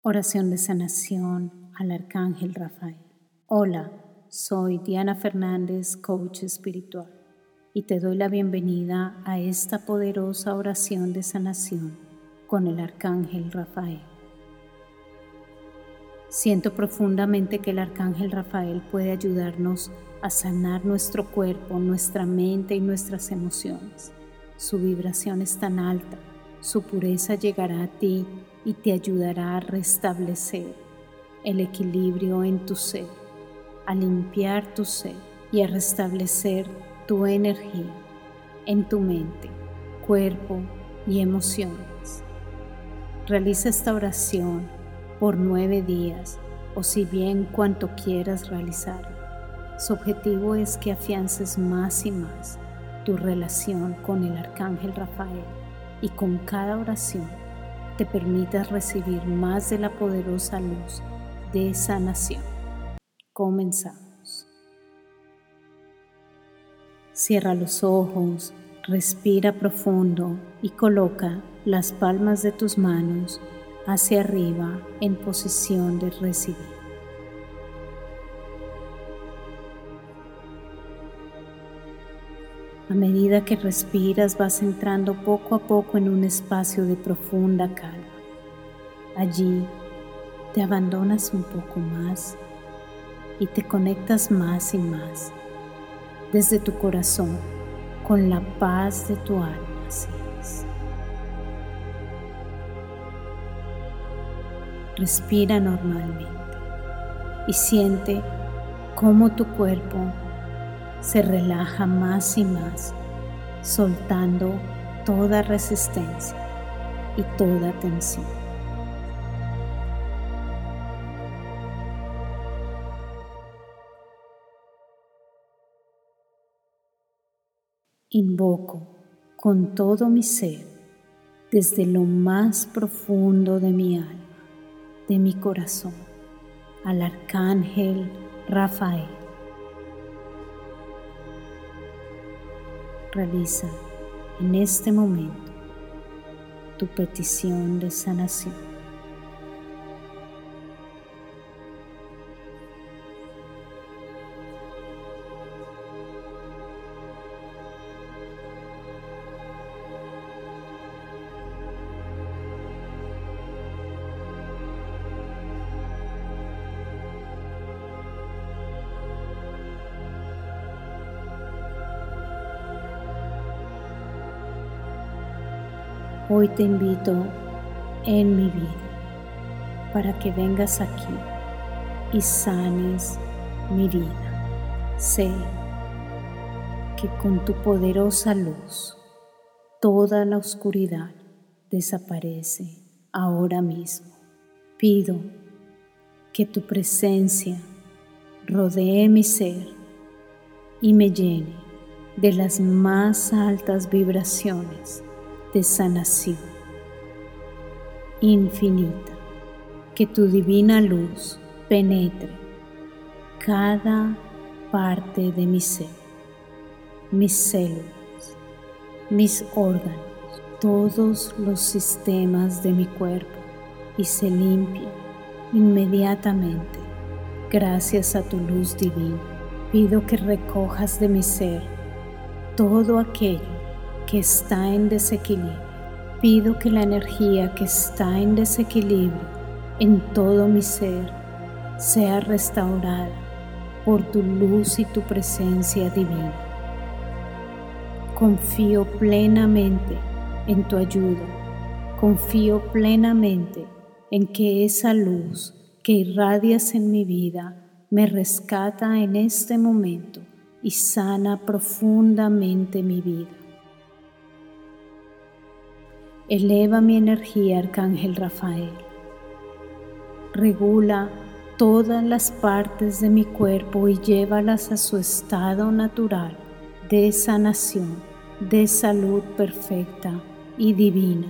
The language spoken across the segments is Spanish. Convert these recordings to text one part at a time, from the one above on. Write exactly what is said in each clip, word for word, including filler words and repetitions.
Oración de sanación al Arcángel Rafael. Hola, soy Diana Fernández, coach espiritual, y te doy la bienvenida a esta poderosa oración de sanación con el Arcángel Rafael. Siento profundamente que el Arcángel Rafael puede ayudarnos a sanar nuestro cuerpo, nuestra mente y nuestras emociones. Su vibración es tan alta, su pureza llegará a ti y te ayudará a restablecer el equilibrio en tu ser, a limpiar tu ser y a restablecer tu energía en tu mente, cuerpo y emociones. Realiza esta oración por nueve días o si bien cuanto quieras realizarla. Su objetivo es que afiances más y más tu relación con el Arcángel Rafael y con cada oración te permitas recibir más de la poderosa luz de sanación. Comenzamos. Cierra los ojos, respira profundo y coloca las palmas de tus manos hacia arriba en posición de recibir. A medida que respiras vas entrando poco a poco en un espacio de profunda calma. Allí te abandonas un poco más y te conectas más y más desde tu corazón con la paz de tu alma. Así es. Respira normalmente y siente cómo tu cuerpo se relaja más y más, soltando toda resistencia y toda tensión. Invoco con todo mi ser, desde lo más profundo de mi alma, de mi corazón, al Arcángel Rafael. Realiza en este momento tu petición de sanación. Hoy te invito en mi vida para que vengas aquí y sanes mi vida. Sé que con tu poderosa luz toda la oscuridad desaparece ahora mismo. Pido que tu presencia rodee mi ser y me llene de las más altas vibraciones de sanación infinita, que tu divina luz penetre cada parte de mi ser, mis células, mis órganos, todos los sistemas de mi cuerpo y se limpie inmediatamente gracias a tu luz divina. Pido que recojas de mi ser todo aquello que está en desequilibrio. Pido que la energía que está en desequilibrio en todo mi ser sea restaurada por tu luz y tu presencia divina. Confío plenamente en tu ayuda. Confío plenamente en que esa luz que irradias en mi vida me rescata en este momento y sana profundamente mi vida. Eleva mi energía, Arcángel Rafael. Regula todas las partes de mi cuerpo y llévalas a su estado natural de sanación, de salud perfecta y divina.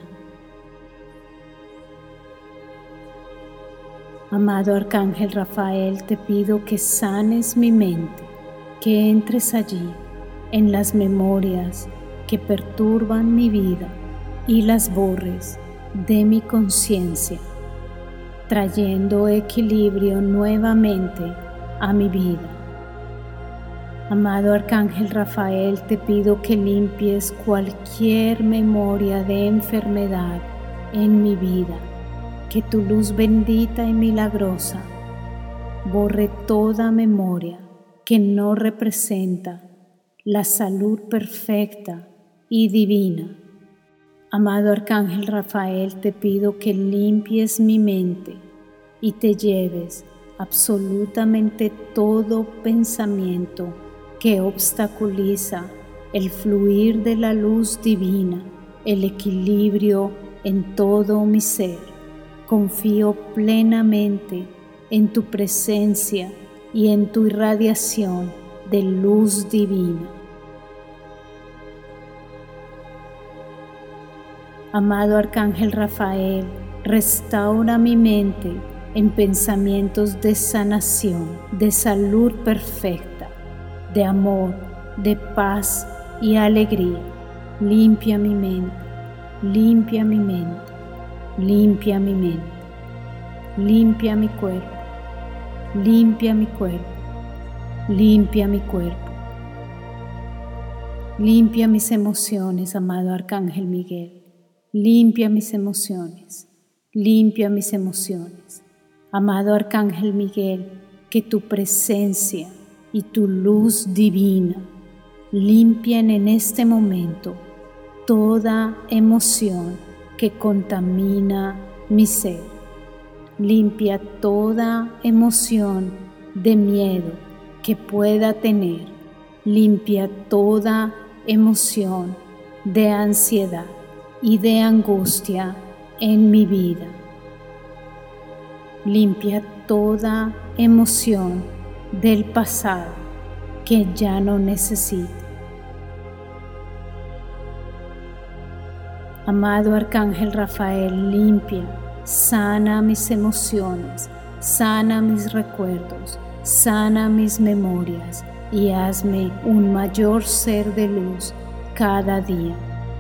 Amado Arcángel Rafael, te pido que sanes mi mente, que entres allí en las memorias que perturban mi vida y las borres de mi conciencia. trayendo equilibrio nuevamente a mi vida. Amado Arcángel Rafael, te pido que limpies cualquier memoria de enfermedad en mi vida, que tu luz bendita y milagrosa borre toda memoria que no representa la salud perfecta y divina. Amado Arcángel Rafael, te pido que limpies mi mente y te lleves absolutamente todo pensamiento que obstaculiza el fluir de la luz divina, el equilibrio en todo mi ser. Confío plenamente en tu presencia y en tu irradiación de luz divina. Amado Arcángel Rafael, restaura mi mente en pensamientos de sanación, de salud perfecta, de amor, de paz y alegría. Limpia mi mente, limpia mi mente, limpia mi mente, limpia mi cuerpo, limpia mi cuerpo, limpia mi cuerpo, limpia mis emociones, amado Arcángel Miguel. Limpia mis emociones, limpia mis emociones. Amado Arcángel Miguel, que tu presencia y tu luz divina limpien en este momento toda emoción que contamina mi ser. Limpia toda emoción de miedo que pueda tener. Limpia toda emoción de ansiedad y de angustia en mi vida. Limpia toda emoción del pasado que ya no necesito. Amado Arcángel Rafael, limpia, sana mis emociones, sana mis recuerdos, sana mis memorias y hazme un mayor ser de luz cada día.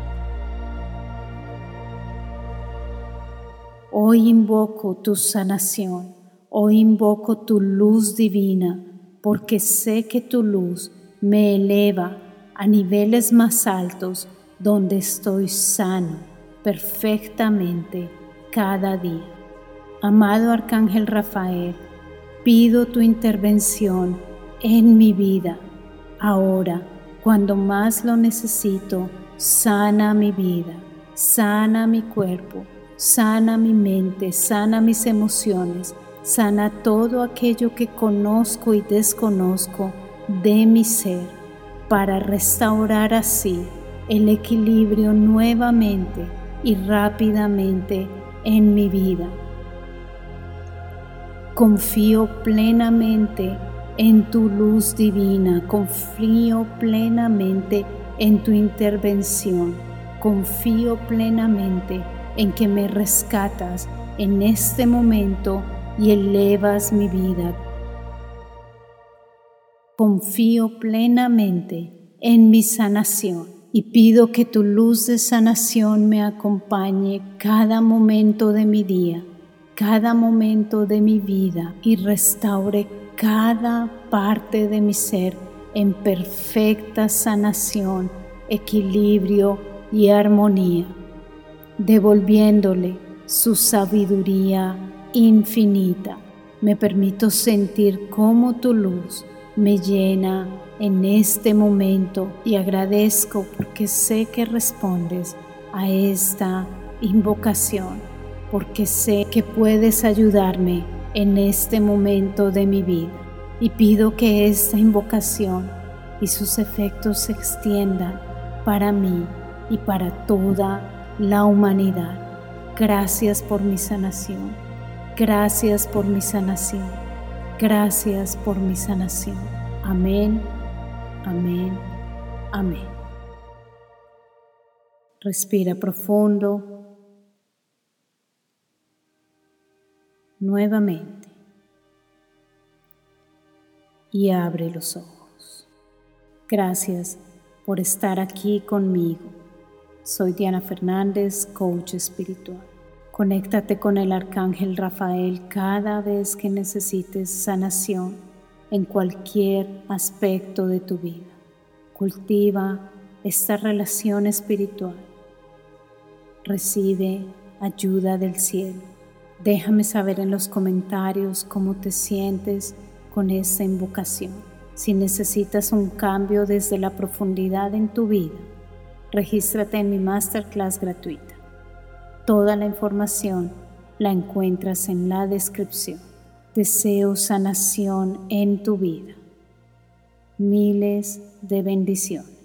Hoy invoco tu sanación, hoy invoco tu luz divina, porque sé que tu luz me eleva a niveles más altos donde estoy sano perfectamente cada día. Amado Arcángel Rafael, pido tu intervención en mi vida. Ahora, cuando más lo necesito, sana mi vida, sana mi cuerpo, sana mi mente, sana mis emociones, sana todo aquello que conozco y desconozco de mi ser, para restaurar así el equilibrio nuevamente y rápidamente en mi vida. Confío plenamente en tu luz divina, confío plenamente en tu intervención, confío plenamente en que me rescatas en este momento y elevas mi vida. Confío plenamente en mi sanación y pido que tu luz de sanación me acompañe cada momento de mi día, cada momento de mi vida y restaure cada parte de mi ser en perfecta sanación, equilibrio y armonía, devolviéndole su sabiduría infinita. Me permito sentir cómo tu luz me llena en este momento y agradezco porque sé que respondes a esta invocación, porque sé que puedes ayudarme en este momento de mi vida. Y pido que esta invocación y sus efectos se extiendan para mí y para toda la humanidad. Gracias por mi sanación. Gracias por mi sanación. Gracias por mi sanación. Amén, amén, amén. Respira profundo. Nuevamente. Y abre los ojos. Gracias por estar aquí conmigo. Soy Diana Fernández, coach espiritual. Conéctate con el Arcángel Rafael cada vez que necesites sanación en cualquier aspecto de tu vida. Cultiva esta relación espiritual. Recibe ayuda del cielo. Déjame saber en los comentarios cómo te sientes con esta invocación. Si necesitas un cambio desde la profundidad en tu vida, regístrate en mi masterclass gratuita. Toda la información la encuentras en la descripción. Deseo sanación en tu vida. Miles de bendiciones.